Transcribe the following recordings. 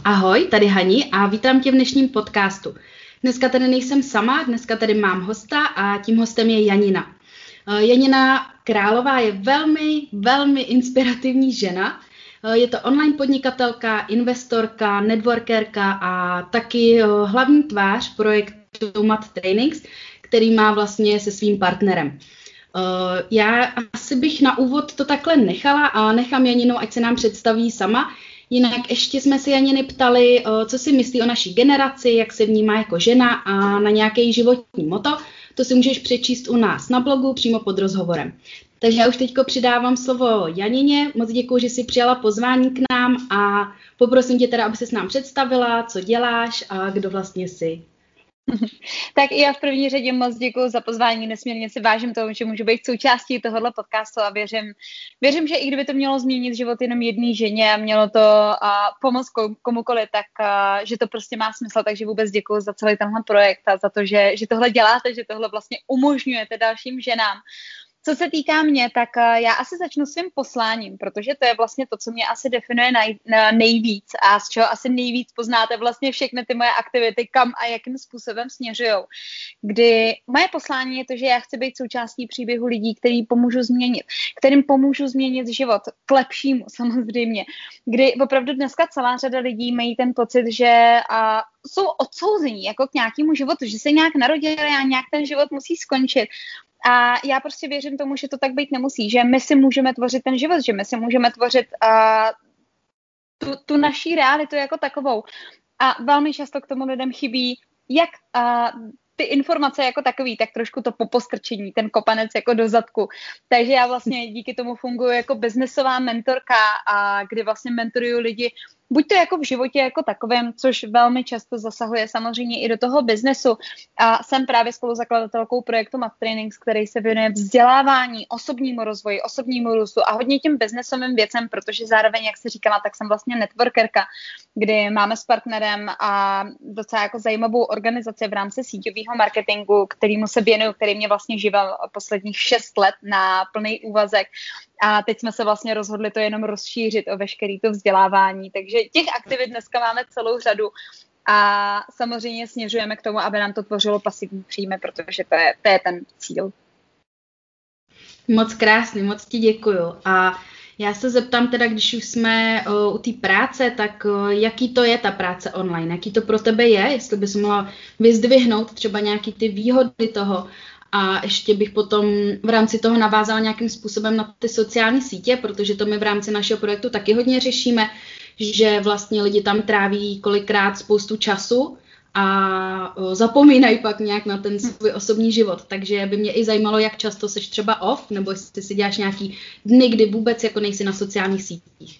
Ahoj, tady Hani a vítám tě v dnešním podcastu. Dneska tady nejsem sama, dneska tady mám hosta a tím hostem je Janina. Janina Králová je velmi inspirativní žena. Je to online podnikatelka, investorka, networkerka a taky hlavní tvář projektu Mat Trainings, který má vlastně se svým partnerem. Já asi bych na úvod to takhle nechala a nechám Janinu, ať se nám představí sama. Jinak ještě jsme si Janiny ptali, co si myslí o naší generaci, jak se vnímá jako žena a na nějaké životní moto. To si můžeš přečíst u nás na blogu přímo pod rozhovorem. Takže já už teďko přidávám slovo Janině. Moc děkuji, že jsi přijala pozvání k nám a poprosím tě teda, aby se s nám představila, co děláš a kdo vlastně jsi. Tak i já v první řadě moc děkuji za pozvání, nesmírně si vážím toho, že můžu být součástí tohohle podcastu a věřím, že i kdyby to mělo změnit život jenom jedné ženě a mělo to pomoct komukoliv, tak že to prostě má smysl, takže vůbec děkuji za celý tenhle projekt a za to, že tohle děláte, že tohle vlastně umožňujete dalším ženám. Co se týká mě, tak já asi začnu svým posláním, protože to je vlastně to, co mě asi definuje nejvíc a z čeho asi nejvíc poznáte vlastně všechny ty moje aktivity, kam a jakým způsobem směřujou. Kdy moje poslání je to, že já chci být součástí příběhu lidí, kterým pomůžu změnit život k lepšímu samozřejmě. Kdy opravdu dneska celá řada lidí mají ten pocit, že jsou odsouzení jako k nějakému životu, že se nějak narodili a nějak ten život musí skončit. A já prostě věřím tomu, že to tak být nemusí, že my si můžeme tvořit ten život, že my si můžeme tvořit tu naší realitu jako takovou. A velmi často k tomu lidem chybí jak ty informace jako takový, tak trošku to popostrčení, ten kopanec jako do zadku. Takže já vlastně díky tomu funguji jako biznesová mentorka, kdy vlastně mentoruju lidi, buď to jako v životě jako takovém, což velmi často zasahuje samozřejmě i do toho biznesu. A jsem právě spoluzakladatelkou projektu Mat Trainings, který se věnuje vzdělávání, osobnímu rozvoji, osobnímu růstu a hodně těm biznesovým věcem, protože zároveň, jak jsi říkala, tak jsem vlastně networkerka, kdy máme s partnerem a docela jako zajímavou organizaci v rámci síťového marketingu, kterýmu se věnuju, který mě vlastně živil posledních 6 let na plný úvazek. A teď jsme se vlastně rozhodli to jenom rozšířit o veškeré to vzdělávání. Takže těch aktivit dneska máme celou řadu a samozřejmě směřujeme k tomu, aby nám to tvořilo pasivní příjmy, protože to je ten cíl. Moc krásný, moc ti děkuju. A já se zeptám teda, když už jsme u té práce, tak jaký to je ta práce online? Jaký to pro tebe je? Jestli bys mohla vyzdvihnout třeba nějaký ty výhody toho. A ještě bych potom v rámci toho navázala nějakým způsobem na ty sociální sítě, protože to my v rámci našeho projektu taky hodně řešíme, že vlastně lidi tam tráví kolikrát spoustu času a zapomínají pak nějak na ten svůj osobní život. Takže by mě i zajímalo, jak často seš třeba off, nebo jestli si děláš nějaký dny, kdy vůbec jako nejsi na sociálních sítích.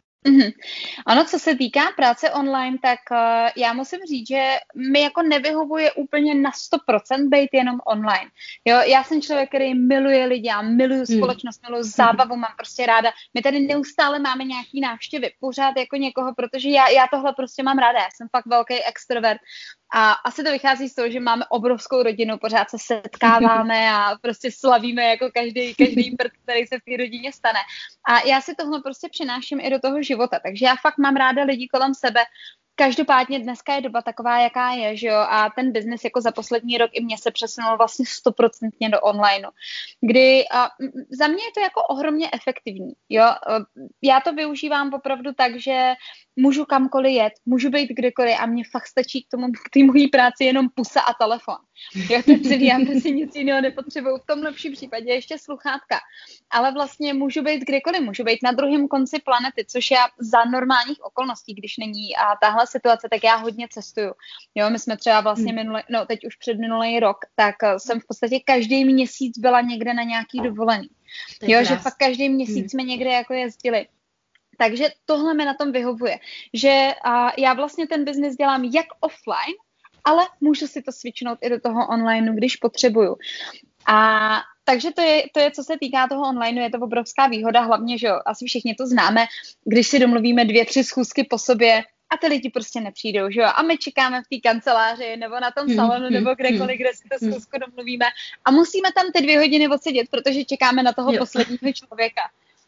Ano, co se týká práce online, tak já musím říct, že mi jako nevyhovuje úplně na 100% být jenom online. Jo, já jsem člověk, který miluje lidi, já miluju společnost, miluju zábavu, mám prostě ráda. My tady neustále máme nějaký návštěvy, pořád jako někoho, protože já tohle prostě mám ráda, já jsem fakt velký extrovert. A asi to vychází z toho, že máme obrovskou rodinu, pořád se setkáváme a prostě slavíme jako každý prd, který se v té rodině stane. A já si tohle prostě přináším i do toho života, takže já fakt mám ráda lidi kolem sebe. Každopádně dneska je doba taková, jaká je, že jo, a ten biznes jako za poslední rok i mě se přesunul vlastně 100% do online, kdy za mě je to jako ohromně efektivní, jo. Já to využívám opravdu tak, že můžu kamkoliv jet, můžu být kdekoliv a mě fakt stačí k té mojí práci jenom pusa a telefon. Jo, to celý, já prostě nic jiného nepotřebuju, v tom lepším případě ještě sluchátka. Ale vlastně můžu být kdekoliv, můžu být na druhém konci planety, což já za normálních okolností, když není a tahle situace, tak já hodně cestuju. Jo, my jsme třeba vlastně teď už před minulý rok, tak jsem v podstatě každý měsíc byla někde na nějaký dovolený. Jo, že fakt každý měsíc jsme někde jako jezdili. Takže tohle mi na tom vyhovuje, že já vlastně ten biznis dělám jak offline, ale můžu si to switchnout i do toho online, když potřebuju. A takže to je, co se týká toho online, je to obrovská výhoda, hlavně, že jo, asi všichni to známe, když si domluvíme 2-3 schůzky po sobě a ty lidi prostě nepřijdou, že jo, a my čekáme v té kanceláři nebo na tom salonu nebo kdekoliv, kde si to schůzku domluvíme a musíme tam ty 2 hodiny odsedět, protože čekáme na toho posledního člověka.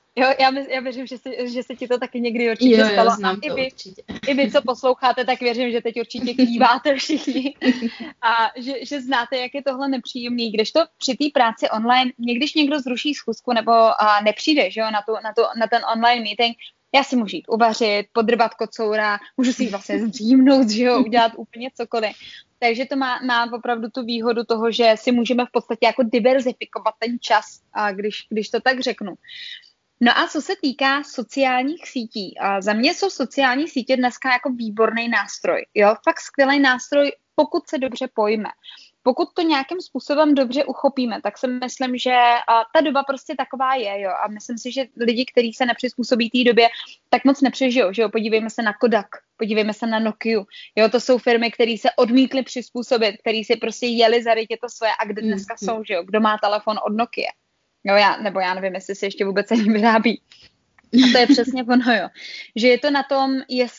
Jo, já věřím, že se ti to taky někdy určitě stalo. Znám to určitě. I vy, co posloucháte, tak věřím, že teď určitě kýváte všichni. A že znáte, jak je tohle nepříjemný. Kdežto při té práci online, když někdo zruší schůzku nebo nepřijde, že jo, na ten online meeting, já si můžu jít uvařit, podrbat kocoura, můžu si jít vlastně zdřímnout, že jo, udělat úplně cokoliv. Takže to má opravdu tu výhodu toho, že si můžeme v podstatě jako diverzifikovat ten čas, když to tak řeknu. No a co se týká sociálních sítí, za mě jsou sociální sítě dneska jako výborný nástroj. Jo? Fakt skvělý nástroj, pokud se dobře pojme. Pokud to nějakým způsobem dobře uchopíme, tak si myslím, že ta doba prostě taková je. Jo? A myslím si, že lidi, kteří se nepřizpůsobí té době, tak moc nepřežijou. Že jo? Podívejme se na Kodak, podívejme se na Nokiu. Jo? To jsou firmy, které se odmítly přizpůsobit, které si prostě jeli za rytě to svoje a kde dneska jsou. Že jo? Kdo má telefon od Nokia? Jo, já nevím, jestli se ještě vůbec ani vyrábí. A to je přesně ono, jo. Že je to na tom,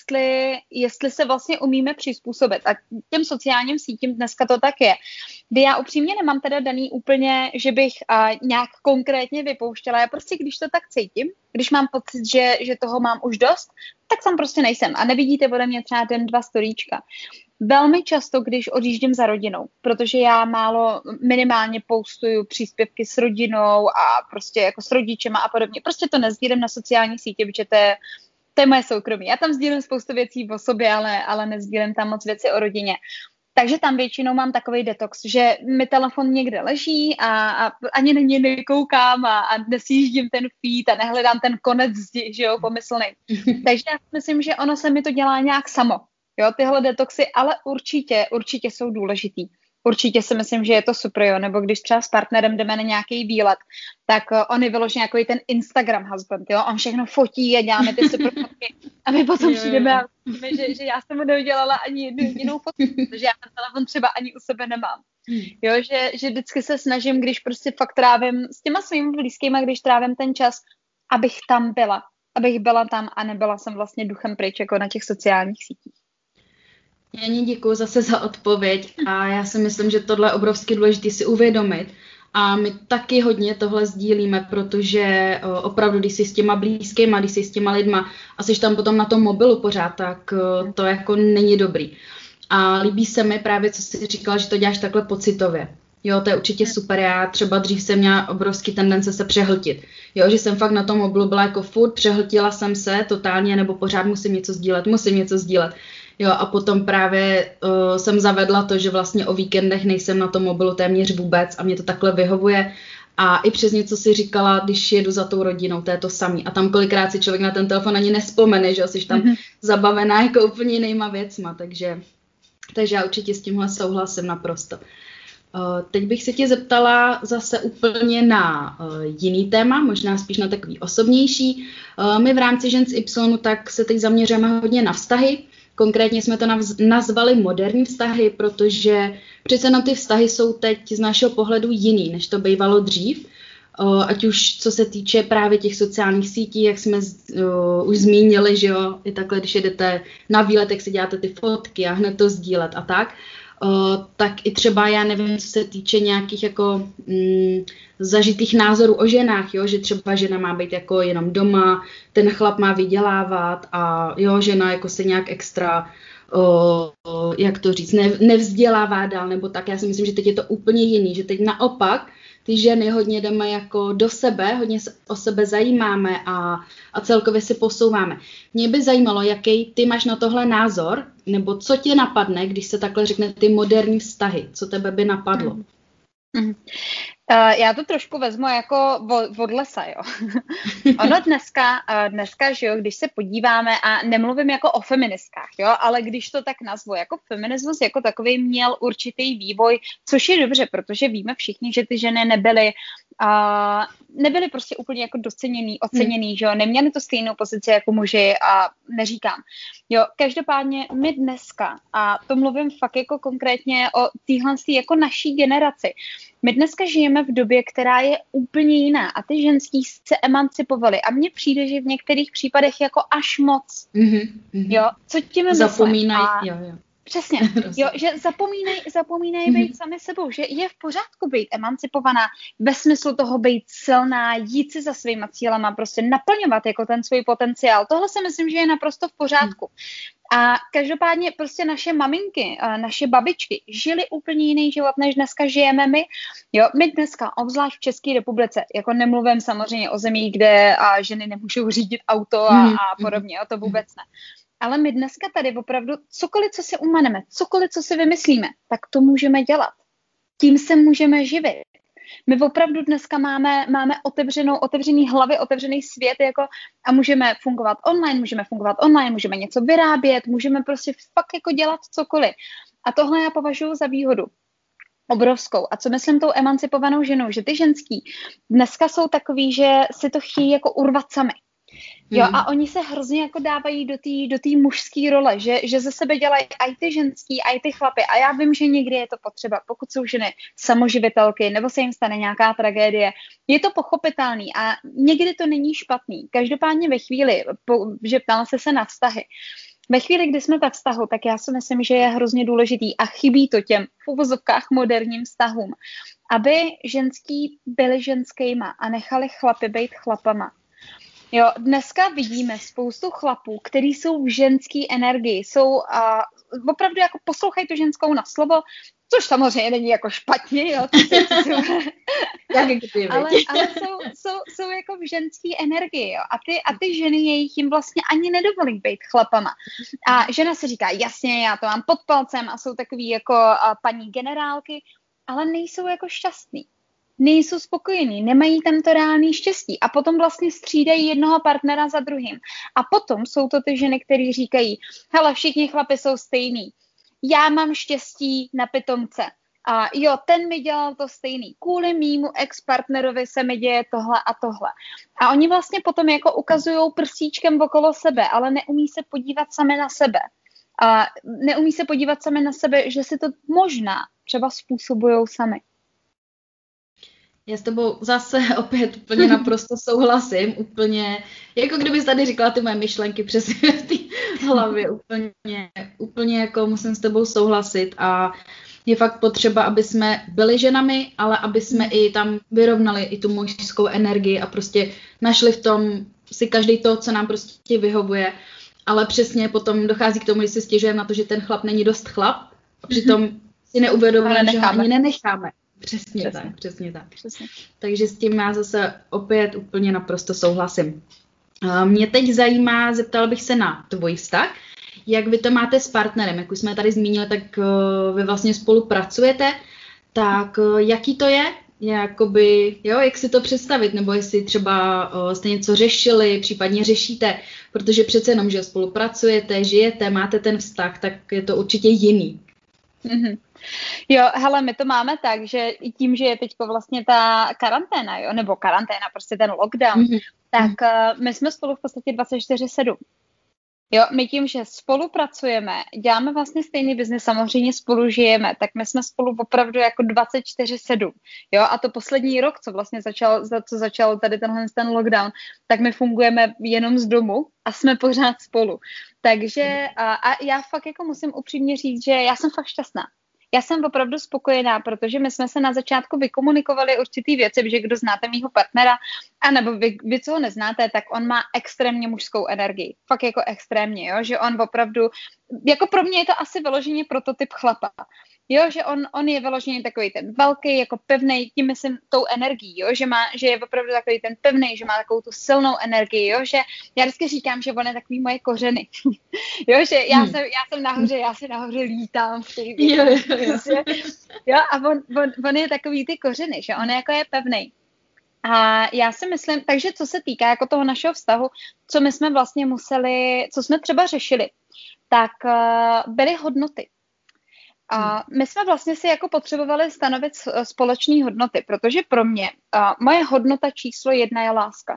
jestli se vlastně umíme přizpůsobit. A těm sociálním sítím dneska to tak je. Kdy já upřímně nemám teda daný úplně, že bych nějak konkrétně vypouštěla. Já prostě, když to tak cítím, když mám pocit, že toho mám už dost, tak tam prostě nejsem. A nevidíte ode mě třeba 2 storíčka. Velmi často, když odjíždím za rodinou, protože já minimálně postuju příspěvky s rodinou a prostě jako s rodičema a podobně. Prostě to nesdílím na sociální sítě, protože to je moje soukromí. Já tam sdílím spoustu věcí o sobě, ale nesdílím tam moc věci o rodině. Takže tam většinou mám takový detox, že mi telefon někde leží a ani na něj nekoukám a nesjíždím ten feed a nehledám ten konec zdi, že jo, pomyslný. Takže já myslím, že ono se mi to dělá nějak samo. Jo, tyhle detoxy, ale určitě jsou důležitý. Určitě si myslím, že je to super, jo, nebo když třeba s partnerem jdeme na nějaký výlet, tak on je vyložený jako ten Instagram husband, jo, on všechno fotí a děláme ty super fotky a my potom přijdeme a myslíme, že já jsem mu neudělala ani jednu jedinou fotku, protože já ten telefon třeba ani u sebe nemám. Jo, že vždycky se snažím, když prostě fakt trávím s těma svými blízkýma, když trávím ten čas, abych tam byla, abych byla tam a nebyla jsem vlastně duchem pryč jako na těch sociálních sítích. Janí, děkuji zase za odpověď a já si myslím, že tohle je obrovsky důležité si uvědomit a my taky hodně tohle sdílíme, protože opravdu, když jsi s těma blízkýma, když jsi s těma lidma a jsi tam potom na tom mobilu pořád, tak to jako není dobrý. A líbí se mi právě, co jsi říkala, že to děláš takhle pocitově. Jo, to je určitě super, já třeba dřív jsem měla obrovský tendence se přehltit. Jo, že jsem fakt na tom mobilu byla jako furt, přehltila jsem se totálně, nebo pořád musím něco sdílet. Jo, a potom právě jsem zavedla to, že vlastně o víkendech nejsem na tom mobilu téměř vůbec a mě to takhle vyhovuje. A i přes něco si říkala, když jedu za tou rodinou, to je to samý. A tam kolikrát si člověk na ten telefon ani nespomene, že jsi tam zabavená jako úplně jinýma věcma. Takže já určitě s tímhle souhlasím naprosto. Teď bych se tě zeptala zase úplně na jiný téma, možná spíš na takový osobnější. My v rámci Žen z Y tak se teď zaměřujeme hodně na vztahy. Konkrétně jsme to nazvali moderní vztahy, protože přece na ty vztahy jsou teď z našeho pohledu jiný, než to bývalo dřív. Ať už co se týče právě těch sociálních sítí, jak jsme už zmínili, že jo, i takhle, když jedete na výlet, tak si děláte ty fotky a hned to sdílet a tak. Tak i třeba, já nevím, co se týče nějakých jako zažitých názorů o ženách, jo, že třeba žena má být jako jenom doma, ten chlap má vydělávat a jo, žena jako se nějak extra, jak to říct, nevzdělává dál, nebo tak. Já si myslím, že teď je to úplně jiný, že teď naopak ty ženy hodně jdeme jako do sebe, hodně se o sebe zajímáme a celkově si posouváme. Mě by zajímalo, jaký ty máš na tohle názor, nebo co tě napadne, když se takhle řekne ty moderní vztahy, co tebe by napadlo? Já to trošku vezmu jako od lesa, jo. Ono dneska, že jo, když se podíváme a nemluvím jako o feministkách, jo, ale když to tak nazvu, jako feminismus jako takový měl určitý vývoj, což je dobře, protože víme všichni, že ty ženy nebyly prostě úplně jako oceněný, že jo, neměly to stejnou pozici jako muži a neříkám. Jo, každopádně my dneska, a to mluvím fakt jako konkrétně o téhle jako naší generaci, my dneska žijeme v době, která je úplně jiná a ty ženský se emancipovaly a mně přijde, že v některých případech jako až moc. Jo, co tím zapomínají, jo. Přesně, jo, že zapomínej být sami sebou, že je v pořádku být emancipovaná ve smyslu toho být silná, jít si za svýma cílama, prostě naplňovat jako ten svůj potenciál. Tohle si myslím, že je naprosto v pořádku. A každopádně prostě naše maminky, naše babičky žily úplně jiný život, než dneska žijeme my. Jo, my dneska, obzvlášť v České republice, jako nemluvím samozřejmě o zemích, kde ženy nemůžou řídit auto a podobně, jo, to vůbec ne. Ale my dneska tady opravdu cokoliv, co si umaneme, cokoliv, co si vymyslíme, tak to můžeme dělat. Tím se můžeme živit. My opravdu dneska máme otevřený hlavy, otevřený svět jako, a můžeme fungovat online, můžeme něco vyrábět, můžeme prostě fakt jako dělat cokoliv. A tohle já považuji za výhodu obrovskou. A co myslím tou emancipovanou ženou, že ty ženský dneska jsou takový, že si to chtějí jako urvat sami. Jo, a oni se hrozně jako dávají do té mužské role, že ze sebe dělají i ty ženský, i ty chlapy. A já vím, že někdy je to potřeba, pokud jsou ženy samoživitelky, nebo se jim stane nějaká tragédie. Je to pochopitelný a někdy to není špatný. Každopádně ve chvíli, že ptala se na vztahy, ve chvíli, kdy jsme ve vztahu, tak já si myslím, že je hrozně důležitý a chybí to těm v uvozovkách moderním vztahům, aby ženský byli ženskýma a nechali chlapy být chlapama. Jo, dneska vidíme spoustu chlapů, kteří jsou v ženský energii, jsou opravdu jako poslouchají tu ženskou na slovo, což samozřejmě není jako špatně, jo, ale jsou jako v ženský energii, jo, a ty ženy jim vlastně ani nedovolí být chlapama. A žena si říká, jasně, já to mám pod palcem a jsou takový jako paní generálky, ale nejsou jako šťastný. Nejsou spokojení, nemají tam to reálné štěstí a potom vlastně střídají jednoho partnera za druhým. A potom jsou to ty ženy, které říkají, hele, všichni chlapi jsou stejný, já mám štěstí na pitomce a jo, ten mi dělal to stejný, kvůli mýmu ex-partnerovi se mi děje tohle a tohle. A oni vlastně potom jako ukazujou prstíčkem okolo sebe, ale neumí se podívat sami na sebe. A neumí se podívat sami na sebe, že si to možná třeba způsobujou sami. Já s tebou zase opět úplně naprosto souhlasím, úplně, jako kdybys tady říkala ty moje myšlenky přesně v té hlavě, úplně jako musím s tebou souhlasit a je fakt potřeba, aby jsme byli ženami, ale aby jsme i tam vyrovnali i tu mužskou energii a prostě našli v tom si každý to, co nám prostě vyhovuje, ale přesně potom dochází k tomu, že si stěžujeme na to, že ten chlap není dost chlap a přitom si neuvědomujeme, že ho ani nenecháme. Přesně tak. Přesně. Takže s tím já zase opět úplně naprosto souhlasím. Mě teď zajímá, zeptala bych se na tvůj vztah, jak vy to máte s partnerem, jak už jsme tady zmínili, tak vy vlastně spolupracujete, tak jaký to je? Jakoby, jo, jak si to představit, nebo jestli třeba jste něco řešili, případně řešíte, protože přece jenom, že spolupracujete, žijete, máte ten vztah, tak je to určitě jiný. Mm-hmm. Jo, hele, my to máme tak, že i tím, že je teďko vlastně ta karanténa, jo, nebo karanténa, prostě ten lockdown, tak my jsme spolu v podstatě 24/7. Jo, my tím, že spolupracujeme, děláme vlastně stejný biznes, samozřejmě spolu žijeme, tak my jsme spolu opravdu jako 24/7. Jo, a to poslední rok, co vlastně začal tady ten lockdown, tak my fungujeme jenom z domu a jsme pořád spolu. Takže a já fakt jako musím upřímně říct, že já jsem fakt šťastná. Já jsem opravdu spokojená, protože my jsme se na začátku vykomunikovali určitý věci, že kdo znáte mýho partnera, anebo vy, co ho neznáte, tak on má extrémně mužskou energii. Fakt jako extrémně, jo? Že on opravdu, jako pro mě je to asi vyloženě prototyp chlapa. Jo, že on je vyloženě takový ten velký, jako pevnej, tím myslím tou energií, jo, že je opravdu takový ten pevnej, že má takovou tu silnou energii, jo, že já vždycky říkám, že on je takový moje kořeny. Jo, že já jsem nahoře, já si nahoře lítám v těch věcech. Jo, a on je takový ty kořeny, že on jako je pevnej. A já si myslím, takže co se týká jako toho našeho vztahu, co my jsme vlastně museli, co jsme třeba řešili, tak byly hodnoty. A my jsme vlastně si jako potřebovali stanovit společné hodnoty, protože pro mě moje hodnota číslo 1 je láska.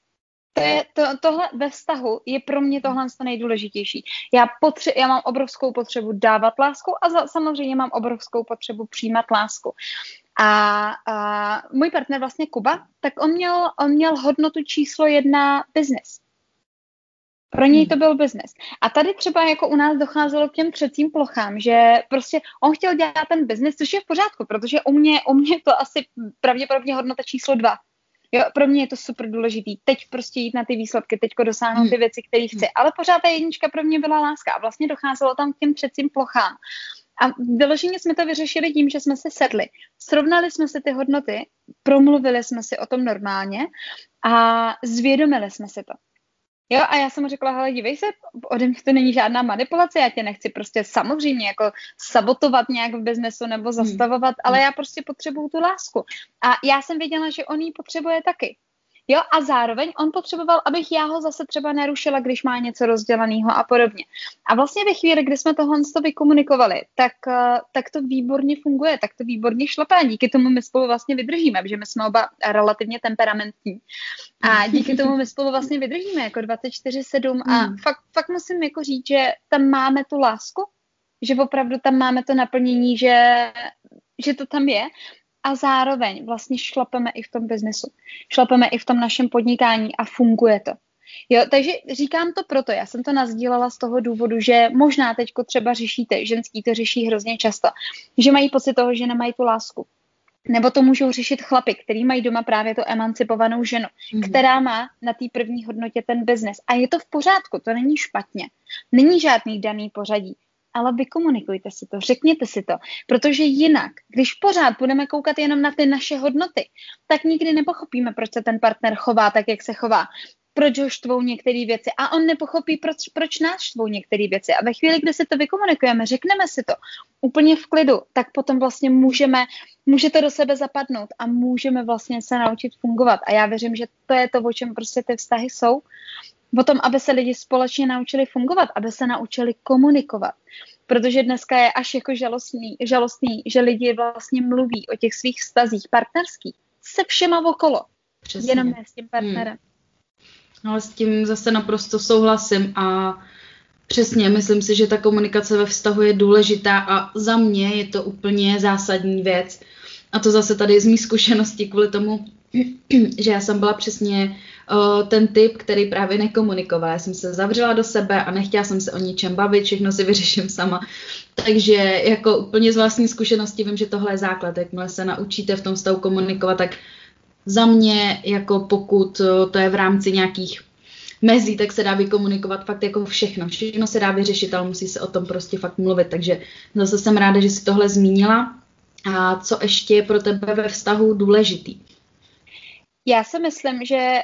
Tohle ve vztahu je pro mě tohle nejdůležitější. Já mám obrovskou potřebu dávat lásku a samozřejmě mám obrovskou potřebu přijímat lásku. A můj partner vlastně Kuba, tak on měl hodnotu číslo 1 business. Pro něj to byl biznes. A tady třeba jako u nás docházelo k těm třecím plochám, že prostě on chtěl dělat ten biznes, což je v pořádku, protože u mě to asi pravděpodobně hodnota číslo 2. Jo, pro mě je to super důležitý. Teď prostě jít na ty výsledky, teďko dosáhnout ty věci, které chci. Ale pořád ta jednička pro mě byla láska. A vlastně docházelo tam k těm třecím plochám. A vyloženě jsme to vyřešili tím, že jsme se sedli. Srovnali jsme si ty hodnoty, promluvili jsme si o tom normálně a zvědomili jsme si to. Jo, a já jsem mu řekla, hele, dívej se, ode mě to není žádná manipulace, já tě nechci prostě samozřejmě jako sabotovat nějak v biznesu nebo zastavovat, ale já prostě potřebuju tu lásku. A já jsem věděla, že on ji potřebuje taky. Jo, a zároveň on potřeboval, abych já ho zase třeba nerušila, když má něco rozdělaného a podobně. A vlastně ve chvíli, kdy jsme tohle vykomunikovali, tak to výborně funguje, tak to výborně šlape. Díky tomu my spolu vlastně vydržíme, protože my jsme oba relativně temperamentní. A díky tomu my spolu vlastně vydržíme jako 24/7 a fakt musím jako říct, že tam máme tu lásku, že opravdu tam máme to naplnění, že to tam je. A zároveň vlastně šlapeme i v tom biznesu. Šlapeme i v tom našem podnikání a funguje to. Jo, takže říkám to proto, já jsem to nasdílela z toho důvodu, že možná teďko třeba řešíte, ženský to řeší hrozně často, že mají pocit toho, že nemají tu lásku. Nebo to můžou řešit chlapi, který mají doma právě tu emancipovanou ženu, která má na té první hodnotě ten biznes. A je to v pořádku, to není špatně. Není žádný daný pořadí. Ale vykomunikujte si to, řekněte si to, protože jinak, když pořád budeme koukat jenom na ty naše hodnoty, tak nikdy nepochopíme, proč se ten partner chová tak, jak se chová, proč ho štvou některé věci a on nepochopí, proč nás štvou některé věci. A ve chvíli, kdy si to vykomunikujeme, řekneme si to úplně v klidu, tak potom vlastně může to do sebe zapadnout a můžeme vlastně se naučit fungovat. A já věřím, že to je to, o čem prostě ty vztahy jsou. O tom, aby se lidi společně naučili fungovat, aby se naučili komunikovat. Protože dneska je až jako žalostný, že lidi vlastně mluví o těch svých vztazích partnerských se všema okolo. Přesně. Jenom ne s tím partnerem. Ale s tím zase naprosto souhlasím a přesně, myslím si, že ta komunikace ve vztahu je důležitá a za mě je to úplně zásadní věc. A to zase tady z mý zkušenosti kvůli tomu, že já jsem byla přesně ten typ, který právě nekomunikoval. Já jsem se zavřela do sebe a nechtěla jsem se o ničem bavit, všechno si vyřeším sama. Takže jako úplně z vlastní zkušenosti vím, že tohle je základ. Jakmile se naučíte v tom vztahu komunikovat, tak za mě, jako pokud to je v rámci nějakých mezí, tak se dá vykomunikovat fakt jako všechno. Všechno se dá vyřešit, ale musí se o tom prostě fakt mluvit. Takže zase jsem ráda, že jsi tohle zmínila. A co ještě je pro tebe ve vztahu důležitý? Já si myslím, že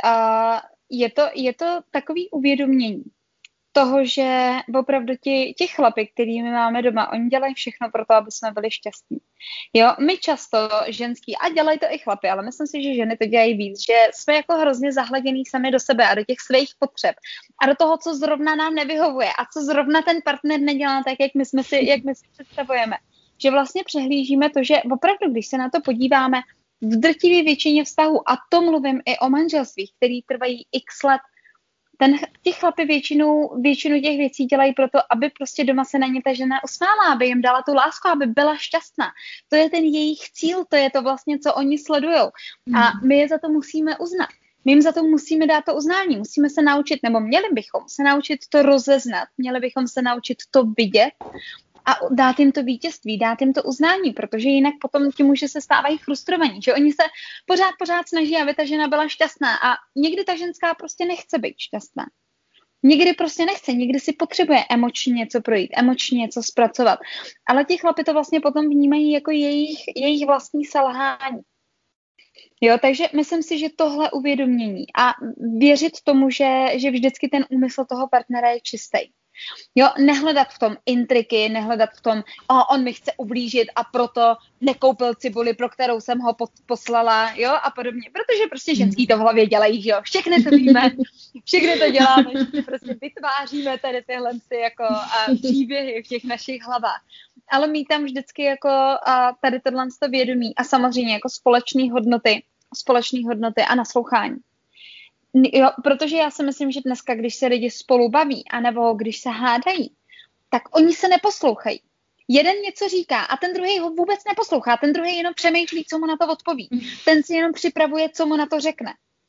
je to takový uvědomění toho, že opravdu ti chlapi, který my máme doma, oni dělají všechno pro to, aby jsme byli šťastní. Jo, my často ženský, a dělají to i chlapi, ale myslím si, že ženy to dělají víc, že jsme jako hrozně zahleděný sami do sebe a do těch svých potřeb a do toho, co zrovna nám nevyhovuje a co zrovna ten partner nedělá tak, jak my si představujeme. Že vlastně přehlížíme to, že opravdu, když se na to podíváme, v drtivé většině vztahů, a to mluvím i o manželstvích, který trvají x let, ti chlapi většinu těch věcí dělají proto, aby prostě doma se na ně ta žena usmála, aby jim dala tu lásku, aby byla šťastná. To je ten jejich cíl, to je to vlastně, co oni sledujou. A my je za to musíme uznat. My jim za to musíme dát to uznání. Musíme se naučit, nebo měli bychom se naučit to rozeznat, měli bychom se naučit to vidět a dát jim to vítězství, dát jim to uznání, protože jinak potom tím už se stávají frustrovaní, že oni se pořád snaží, aby ta žena byla šťastná a někdy ta ženská prostě nechce být šťastná. Někdy prostě nechce, někdy si potřebuje emočně něco projít, emočně něco zpracovat. Ale ti chlapi to vlastně potom vnímají jako jejich vlastní selhání. Jo, takže myslím si, že tohle uvědomění a věřit tomu, že vždycky ten úmysl toho partnera je čistý. Jo, nehledat v tom intriky, nehledat v tom, on mi chce ublížit a proto nekoupil cibuli, pro kterou jsem ho poslala, jo, a podobně. Protože prostě ženský to v hlavě dělají, jo, všechny to víme, všechny to děláme, že prostě vytváříme tady tyhle jako příběhy v těch našich hlavách. Ale mít tam vždycky jako tady tohle vědomí a samozřejmě jako společné hodnoty a naslouchání. Jo, protože já si myslím, že dneska, když se lidi spolu baví, anebo když se hádají, tak oni se neposlouchají. Jeden něco říká a ten druhý ho vůbec neposlouchá. Ten druhý jenom přemýšlí, co mu na to odpoví. Ten si jenom připravuje, co mu na to řekne.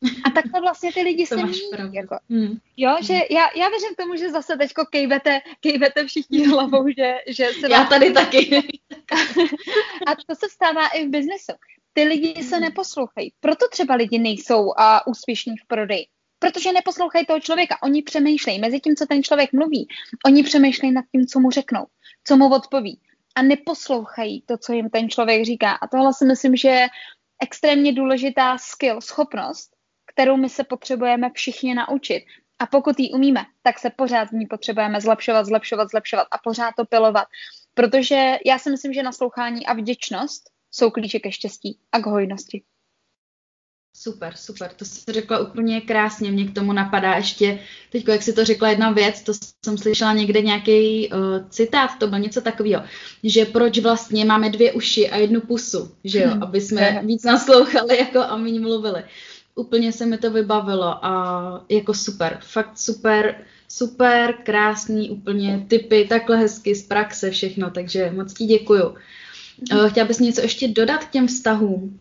A takhle vlastně ty lidi se míjí. Jako. Jo, že já věřím tomu, že zase teďko kejvete všichni hlavou, že se já tady taky. A to se stává i v biznesu. Ty lidi se neposlouchají. Proto třeba lidi nejsou úspěšní v prodeji. Protože neposlouchají toho člověka. Oni přemýšlejí mezi tím, co ten člověk mluví. Oni přemýšlejí nad tím, co mu řeknou, co mu odpoví. A neposlouchají to, co jim ten člověk říká. A tohle si myslím, že je extrémně důležitá schopnost, kterou my se potřebujeme všichni naučit. A pokud ji umíme, tak se pořád v ní potřebujeme zlepšovat a pořád to pilovat. Protože já si myslím, že naslouchání a vděčnost jsou klíče ke štěstí a k hojnosti. Super, to jsi řekla úplně krásně, mě k tomu napadá ještě, teď jak jsi to řekla jedna věc, to jsem slyšela někde nějaký citát, to byl něco takového, že proč vlastně máme 2 uši a 1 pusu, že jo, aby jsme víc naslouchali jako a méně mluvili. Úplně se mi to vybavilo a jako super, fakt super, krásný úplně tipy, takhle hezky z praxe všechno, takže moc ti děkuju. Chtěla bys něco ještě dodat k těm vztahům?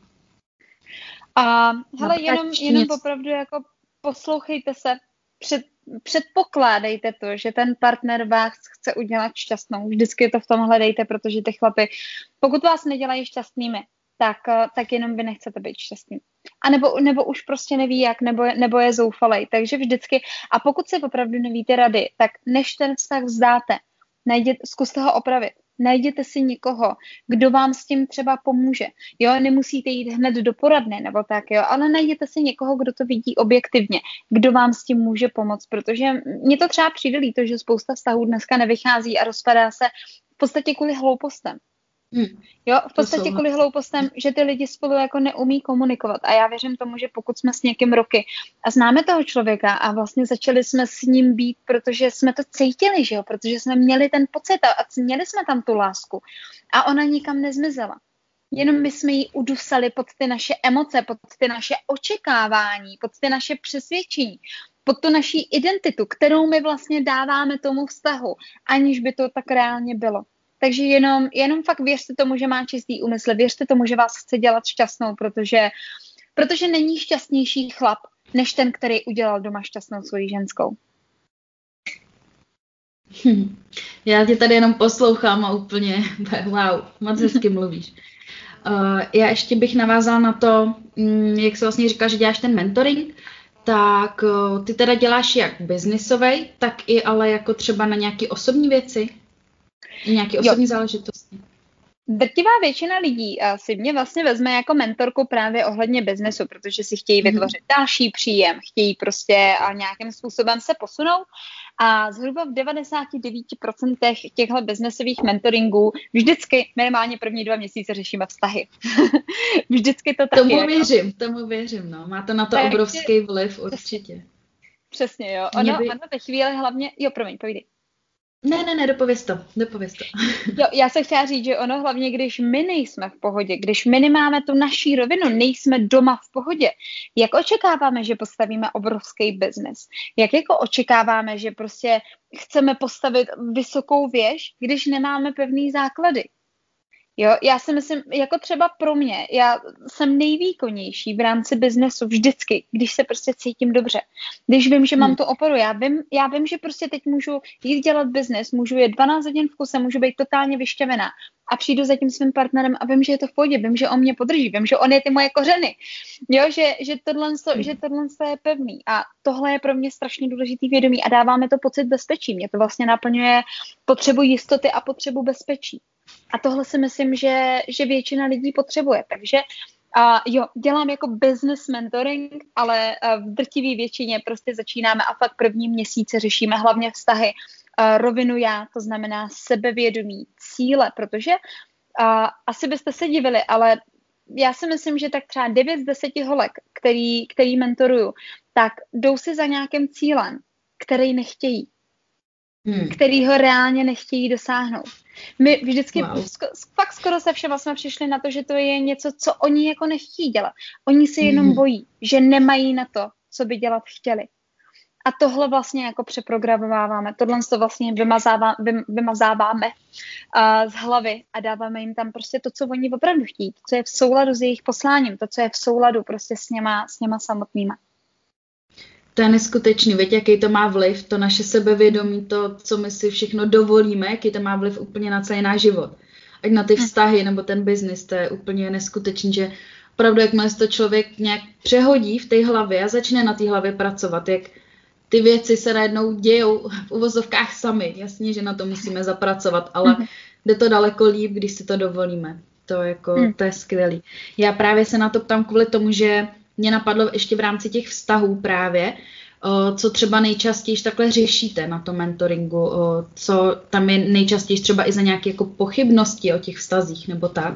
Hele, jenom opravdu jako poslouchejte se, předpokládejte to, že ten partner vás chce udělat šťastnou. Vždycky to v tom hledejte, protože ty chlapy, pokud vás nedělají šťastnými, tak jenom vy nechcete být šťastný. A nebo už prostě neví jak, nebo je zoufalej. Takže vždycky, a pokud si opravdu nevíte rady, tak než ten vztah vzdáte, zkuste ho opravit. Najděte si někoho, kdo vám s tím třeba pomůže. Jo, nemusíte jít hned do poradny nebo tak, jo, ale najděte si někoho, kdo to vidí objektivně, kdo vám s tím může pomoct, protože mně to třeba přijde líto, že spousta vztahů dneska nevychází a rozpadá se v podstatě kvůli hloupostem. Jo, v podstatě kvůli hloupostem, že ty lidi spolu jako neumí komunikovat. A já věřím tomu, že pokud jsme s někým roky a známe toho člověka a vlastně začali jsme s ním být, protože jsme to cítili, že jo, protože jsme měli ten pocit a měli jsme tam tu lásku a ona nikam nezmizela. Jenom my jsme ji udusali pod ty naše emoce, pod ty naše očekávání, pod ty naše přesvědčení, pod tu naší identitu, kterou my vlastně dáváme tomu vztahu, aniž by to tak reálně bylo. Takže jenom fakt věřte tomu, že má čistý úmysl, věřte tomu, že vás chce dělat šťastnou, protože není šťastnější chlap, než ten, který udělal doma šťastnou svoji ženskou. Já tě tady jenom poslouchám a úplně, wow, moc hezky mluvíš. Já ještě bych navázala na to, jak jsi vlastně říkala, že děláš ten mentoring, tak ty teda děláš jak biznisovej, tak i ale jako třeba na nějaké osobní věci? Nějaké osobní záležitosti. Drtivá většina lidí si mě vlastně vezme jako mentorku právě ohledně biznesu, protože si chtějí vytvořit další příjem, chtějí prostě nějakým způsobem se posunout a zhruba v 99% těchto biznesových mentoringů vždycky minimálně první 2 měsíce řešíme vztahy. Vždycky to tak je. Tomu věřím, no. Má to na to obrovský vliv určitě. Přesně, jo. Ono ve chvíli hlavně, promiň, povídej. Ne, dopověz to. Jo, já se chtěla říct, že ono hlavně, když my nejsme v pohodě, když my nemáme tu naší rovinu, nejsme doma v pohodě, jak očekáváme, že postavíme obrovský biznes? Jak jako očekáváme, že prostě chceme postavit vysokou věž, když nemáme pevný základy? Jo, já si myslím, jako třeba pro mě, já jsem nejvýkonnější v rámci biznesu vždycky, když se prostě cítím dobře. Když vím, že mám tu oporu, já vím, že prostě teď můžu jít dělat biznes, můžu jít 12 hodin v kuse, můžu být totálně vyšťavená a přijdu za tím svým partnerem a vím, že je to v pohodě, vím, že on mě podrží, vím, že on je ty moje kořeny. Jo, že tohle je pevný a tohle je pro mě strašně důležitý vědomí a dáváme to pocit bezpečí. Mě to vlastně naplňuje potřebu jistoty a potřebu bezpečí. A tohle si myslím, že většina lidí potřebuje. Takže dělám jako business mentoring, ale v drtivé většině prostě začínáme a fakt první měsíce řešíme hlavně vztahy, rovinu já, to znamená sebevědomí, cíle, protože asi byste se divili, ale já si myslím, že tak třeba 9 z 10 holek, který mentoruju, tak jdou si za nějakým cílem, který nechtějí. Který ho reálně nechtějí dosáhnout. My vždycky fakt skoro se všema jsme přišli na to, že to je něco, co oni jako nechtějí dělat. Oni se jenom bojí, že nemají na to, co by dělat chtěli. A tohle vlastně jako přeprogramováváme. Tohle to vlastně vymazáváme z hlavy a dáváme jim tam prostě to, co oni opravdu chtějí. To, co je v souladu s jejich posláním. To, co je v souladu prostě s něma samotnýma. To je neskutečný, víte, jaký to má vliv, to naše sebevědomí, to, co my si všechno dovolíme, jaký to má vliv úplně na celý náš život. Ať na ty vztahy nebo ten biznis, to je úplně neskutečný, že opravdu, jakmile se to člověk nějak přehodí v té hlavě a začne na té hlavě pracovat, jak ty věci se najednou dějou v uvozovkách sami. Jasně, že na to musíme zapracovat, ale jde to daleko líp, když si to dovolíme. To je skvělý. Já právě se na to ptám kvůli tomu, že mě napadlo ještě v rámci těch vztahů právě, co třeba nejčastěji takhle řešíte na tom mentoringu, co tam je nejčastěji třeba i za nějaké jako pochybnosti o těch vztazích nebo tak.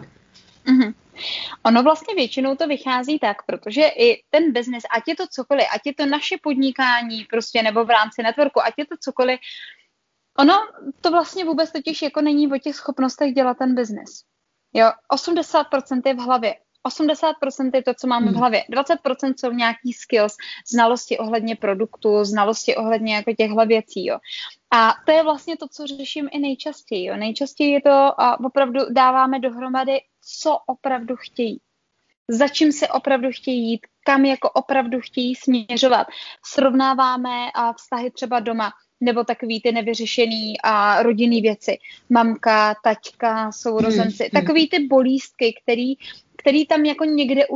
Ono vlastně většinou to vychází tak, protože i ten biznis, ať je to cokoliv, ať je to naše podnikání prostě nebo v rámci networku, ať je to cokoliv, ono to vlastně vůbec totiž jako není o těch schopnostech dělat ten biznis. Jo, 80% je v hlavě. 80% je to, co máme v hlavě. 20% jsou nějaký skills, znalosti ohledně produktu, znalosti ohledně jako těchhle věcí. Jo. A to je vlastně to, co řeším i nejčastěji. Jo. Nejčastěji je to a opravdu dáváme dohromady, co opravdu chtějí. Za čím se opravdu chtějí jít, kam jako opravdu chtějí směřovat. Srovnáváme vztahy třeba doma, nebo takový ty nevyřešený a rodinný věci. Mamka, taťka, sourozenci. Takový ty bolístky, který tam jako někde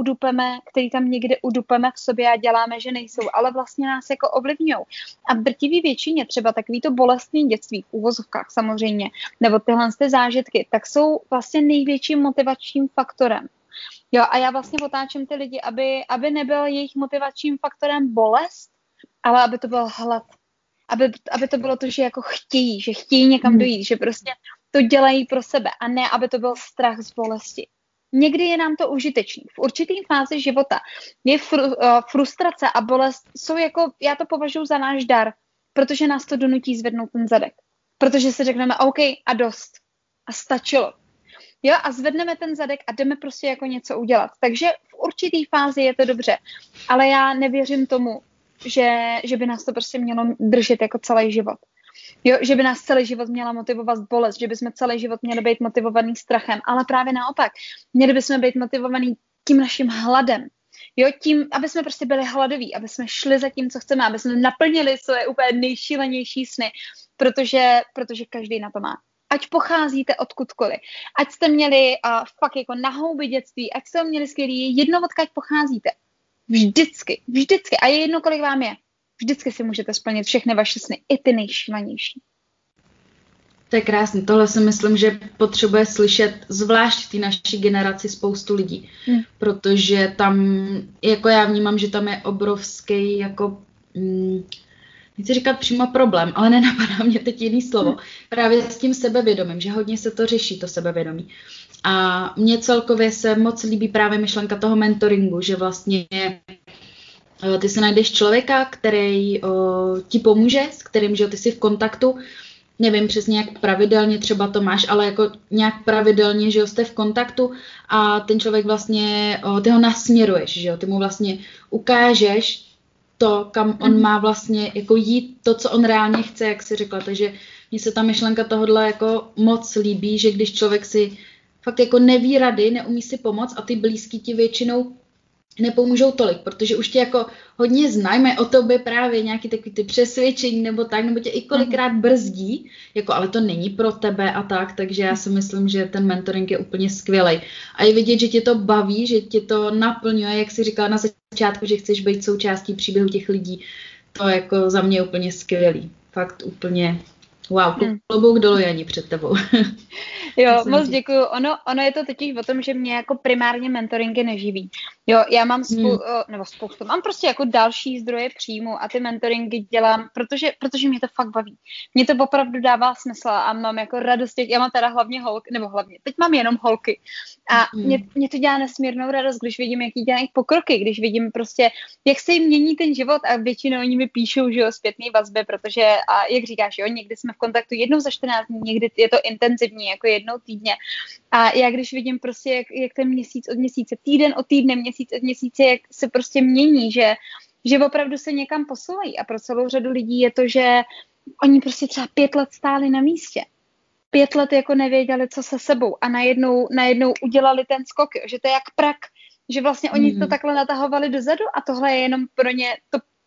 udupeme v sobě a děláme, že nejsou, ale vlastně nás jako ovlivňují. A v drtivý většině třeba takovýto bolestný dětství, v uvozovkách samozřejmě, nebo tyhle zážitky, tak jsou vlastně největším motivačním faktorem. Jo, a já vlastně otáčím ty lidi, aby nebyl jejich motivačním faktorem bolest, ale aby to byl hlad. Aby to bylo to, že jako že chtějí někam dojít, že prostě to dělají pro sebe a ne, aby to byl strach z bolesti. Někdy je nám to užitečný. V určitý fázi života je frustrace a bolest jsou jako, já to považuji za náš dar, protože nás to donutí zvednout ten zadek. Protože si řekneme, OK, a dost. A stačilo. Jo, a zvedneme ten zadek a jdeme prostě jako něco udělat. Takže v určitý fázi je to dobře. Ale já nevěřím tomu, že by nás to prostě mělo držet jako celý život. Jo, že by nás celý život měla motivovat bolest, že bychom celý život měli být motivovaný strachem, ale právě naopak. Měli bychom být motivovaný tím naším hladem. Jo, tím, aby jsme prostě byli hladoví, aby jsme šli za tím, co chceme, aby jsme naplnili své úplně nejšílenější sny, protože každý na to má. Ať pocházíte odkudkoliv, ať jste měli fakt jako na houby dětství, ať jste měli skvělý, jedno odkud pocházíte. Vždycky. A je jedno, kolik vám je. Vždycky si můžete splnit všechny vaše sny, i ty nejšílenější. To je krásný. Tohle si myslím, že potřebuje slyšet zvlášť v té naší generaci spoustu lidí. Protože tam, jako já vnímám, že tam je obrovský, jako, nechci říkat přímo problém, ale nenapadá mě teď jiný slovo, právě s tím sebevědomím, že hodně se to řeší, to sebevědomí. A mně celkově se moc líbí právě myšlenka toho mentoringu, že vlastně ty si najdeš člověka, který ti pomůže, s kterým že ty jsi v kontaktu, nevím přesně jak pravidelně třeba to máš, ale jako nějak pravidelně, že jste v kontaktu a ten člověk vlastně, ty ho nasměruješ, že jo, ty mu vlastně ukážeš to, kam on má vlastně jako jít, to, co on reálně chce, jak jsi řekla, takže mně se ta myšlenka tohodle jako moc líbí, že když člověk si fakt jako neví rady, neumí si pomoct a ty blízký ti většinou nepomůžou tolik, protože už tě jako hodně znají o tobě právě nějaký takový ty přesvědčení nebo tak, nebo tě i kolikrát brzdí, jako ale to není pro tebe a tak, takže já si myslím, že ten mentoring je úplně skvělej. A je vidět, že tě to baví, že tě to naplňuje, jak jsi říkala na začátku, že chceš být součástí příběhu těch lidí, to jako za mě úplně skvělý. Fakt úplně wow, klobouk dolů, Jani, před tebou. Jo, moc děkuju. Ono je to totiž o tom, že mě jako primárně mentoringy neživí. Jo, já mám spoustu, mám prostě jako další zdroje příjmu a ty mentoringy dělám, protože mě to fakt baví. Mě to opravdu dává smysl a mám jako radost já mám teda hlavně holky, teď mám jenom holky. A mě to dělá nesmírnou radost, když vidím, jaký dělají pokroky, když vidím prostě, jak se jim mění ten život a většinou oni mi píšou, že jo, zpětný vazby, protože, a jak říkáš, jo, někdy jsme v kontaktu jednou za 14 dní, někdy je to intenzivní, jako jednou týdně. A já když vidím prostě, jak ten měsíc od měsíce, týden od týdne, měsíc od měsíce, jak se prostě mění, že opravdu se někam posouvají. A pro celou řadu lidí je to, že oni prostě třeba 5 let stáli na místě. 5 let jako nevěděli, co se sebou a najednou udělali ten skok, že to je jak prak, že vlastně oni to takhle natahovali dozadu a tohle je jenom pro ně to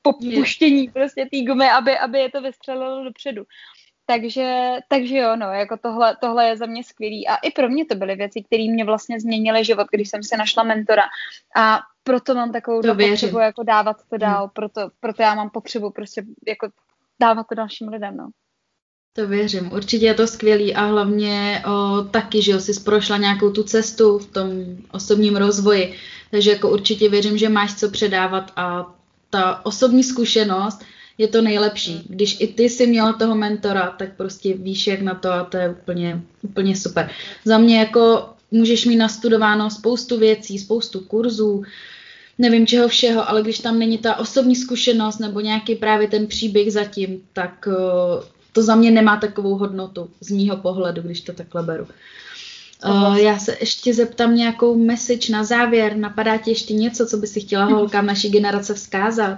popuštění prostě té gumy, aby je to vystřelilo dopředu. Takže jo, no, jako tohle je za mě skvělý. A i pro mě to byly věci, které mě vlastně změnily život, když jsem si našla mentora. A proto mám takovou potřebu jako dávat to dál. Proto já mám potřebu prostě jako dávat to dalším lidem, no. To věřím, určitě je to skvělý a hlavně taky, že jsi prošla nějakou tu cestu v tom osobním rozvoji, takže jako určitě věřím, že máš co předávat a ta osobní zkušenost je to nejlepší. Když i ty jsi měla toho mentora, tak prostě víš, jak na to a to je úplně super. Za mě jako můžeš mít nastudováno spoustu věcí, spoustu kurzů, nevím čeho všeho, ale když tam není ta osobní zkušenost nebo nějaký právě ten příběh zatím, tak to za mě nemá takovou hodnotu z mýho pohledu, když to takhle beru. Já se ještě zeptám nějakou message na závěr. Napadá ti ještě něco, co by si chtěla holkám naší generace vzkázat?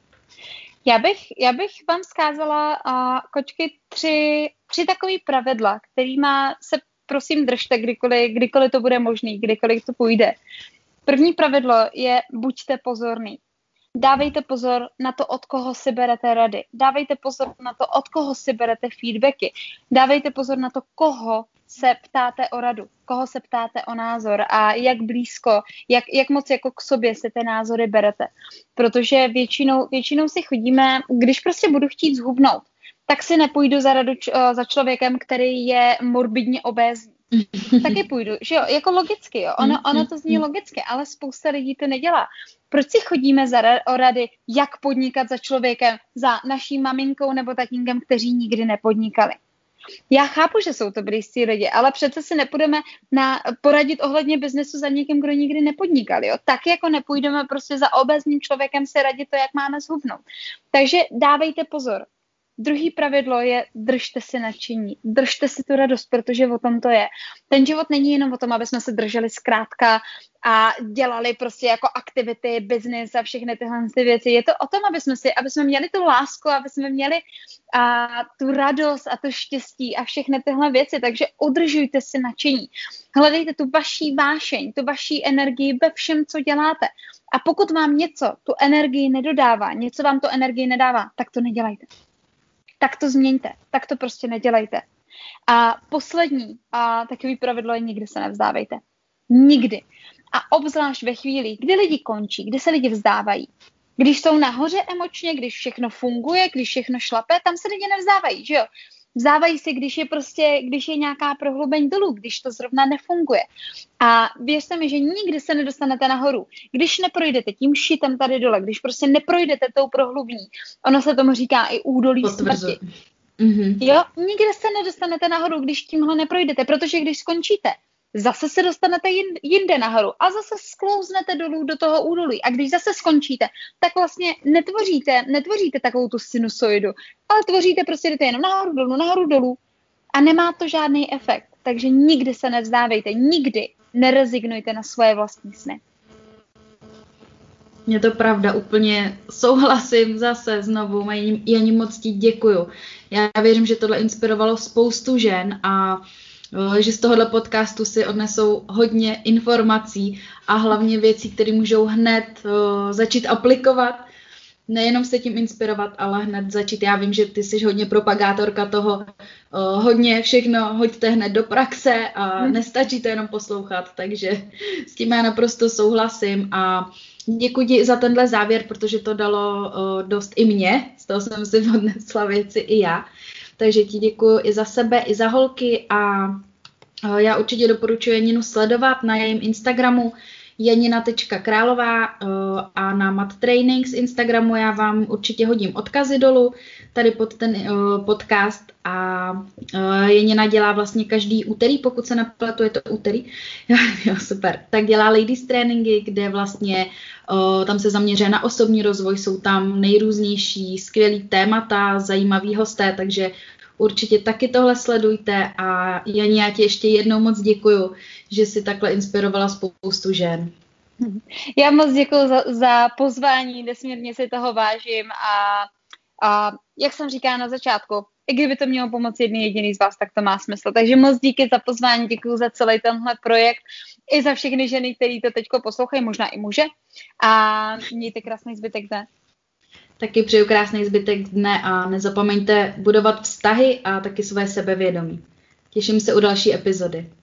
Já bych vám vzkázala, kočky, tři takové pravidla, kterýma se prosím držte, kdykoliv to bude možný, kdykoliv to půjde. První pravidlo je buďte pozorný. Dávejte pozor na to, od koho si berete rady. Dávejte pozor na to, od koho si berete feedbacky. Dávejte pozor na to, koho se ptáte o radu, koho se ptáte o názor a jak blízko, jak moc jako k sobě si ty názory berete. Protože většinou si chodíme, když prostě budu chtít zhubnout, tak si nepůjdu za radu za člověkem, který je morbidně obézní. Taky půjdu, že jo, jako logicky, jo, ono to zní logicky, ale spousta lidí to nedělá. Proč si chodíme o rady, jak podnikat za člověkem, za naší maminkou nebo tatínkem, kteří nikdy nepodnikali? Já chápu, že jsou to blízcí lidi, ale přece si nepůjdeme poradit ohledně biznesu za někým, kdo nikdy nepodnikal, jo? Tak jako nepůjdeme prostě za obézním člověkem se radit to, jak máme zhubnout. Takže dávejte pozor. Druhý pravidlo je držte si nadšení, držte si tu radost, protože o tom to je. Ten život není jenom o tom, aby jsme se drželi zkrátka a dělali prostě jako aktivity, biznis a všechny tyhle věci. Je to o tom, aby jsme měli tu lásku, aby jsme měli tu radost a to štěstí a všechny tyhle věci. Takže udržujte si nadšení. Hledejte tu vaší vášeň, tu vaší energii ve všem, co děláte. A pokud vám něco tu energii nedodává, něco vám tu energii nedává, tak to nedělejte. Tak to změňte, tak to prostě nedělejte. A poslední takový pravidlo je nikdy se nevzdávejte. Nikdy. A obzvlášť ve chvíli, kdy lidi končí, kdy se lidi vzdávají. Když jsou nahoře emočně, když všechno funguje, když všechno šlape, tam se lidi nevzdávají, že jo? Vzdávají si, když je nějaká prohlubeň dolů, když to zrovna nefunguje. A věřte mi, že nikdy se nedostanete nahoru. Když neprojdete tím šitem tady dole, když prostě neprojdete tou prohlubní, ono se tomu říká i údolí smrti. Mm-hmm. Jo, nikdy se nedostanete nahoru, když tímhle neprojdete, protože když skončíte, zase se dostanete jinde nahoru a zase sklouznete dolů do toho údolí. A když zase skončíte, tak vlastně netvoříte takovou tu sinusoidu, ale tvoříte prostě jdete jenom nahoru dolů a nemá to žádný efekt. Takže nikdy se nevzdávejte, nikdy nerezignujte na svoje vlastní sny. Je to pravda, úplně souhlasím zase znovu, Jani, moc ti děkuju. Já věřím, že tohle inspirovalo spoustu žen a že z tohohle podcastu si odnesou hodně informací a hlavně věcí, které můžou hned začít aplikovat. Nejenom se tím inspirovat, ale hned začít. Já vím, že ty jsi hodně propagátorka toho, hodně všechno hoďte hned do praxe a nestačí to jenom poslouchat, takže s tím já naprosto souhlasím a děkuji ti za tenhle závěr, protože to dalo dost i mě, z toho jsem si odnesla věci i já. Takže ti děkuji i za sebe, i za holky a já určitě doporučuji Janinu sledovat na jejím Instagramu janina.králová a na Mat Training z Instagramu já vám určitě hodím odkazy dolů tady pod ten podcast a Janina dělá vlastně každý úterý, pokud se nepletu, je to úterý, jo, super, tak dělá ladies tréninky, kde vlastně tam se zaměřuje na osobní rozvoj, jsou tam nejrůznější skvělý témata, zajímavý hosté, takže určitě taky tohle sledujte a Jani, já ti ještě jednou moc děkuju, že jsi takhle inspirovala spoustu žen. Já moc děkuju za pozvání, nesmírně si toho vážím a jak jsem říkala na začátku, i kdyby to mělo pomoct jedný jediný z vás, tak to má smysl. Takže moc díky za pozvání, děkuju za celý tenhle projekt i za všechny ženy, který to teďko poslouchají, možná i muže. A mějte krásný zbytek dne. Taky přeju krásný zbytek dne a nezapomeňte budovat vztahy a taky své sebevědomí. Těším se u další epizody.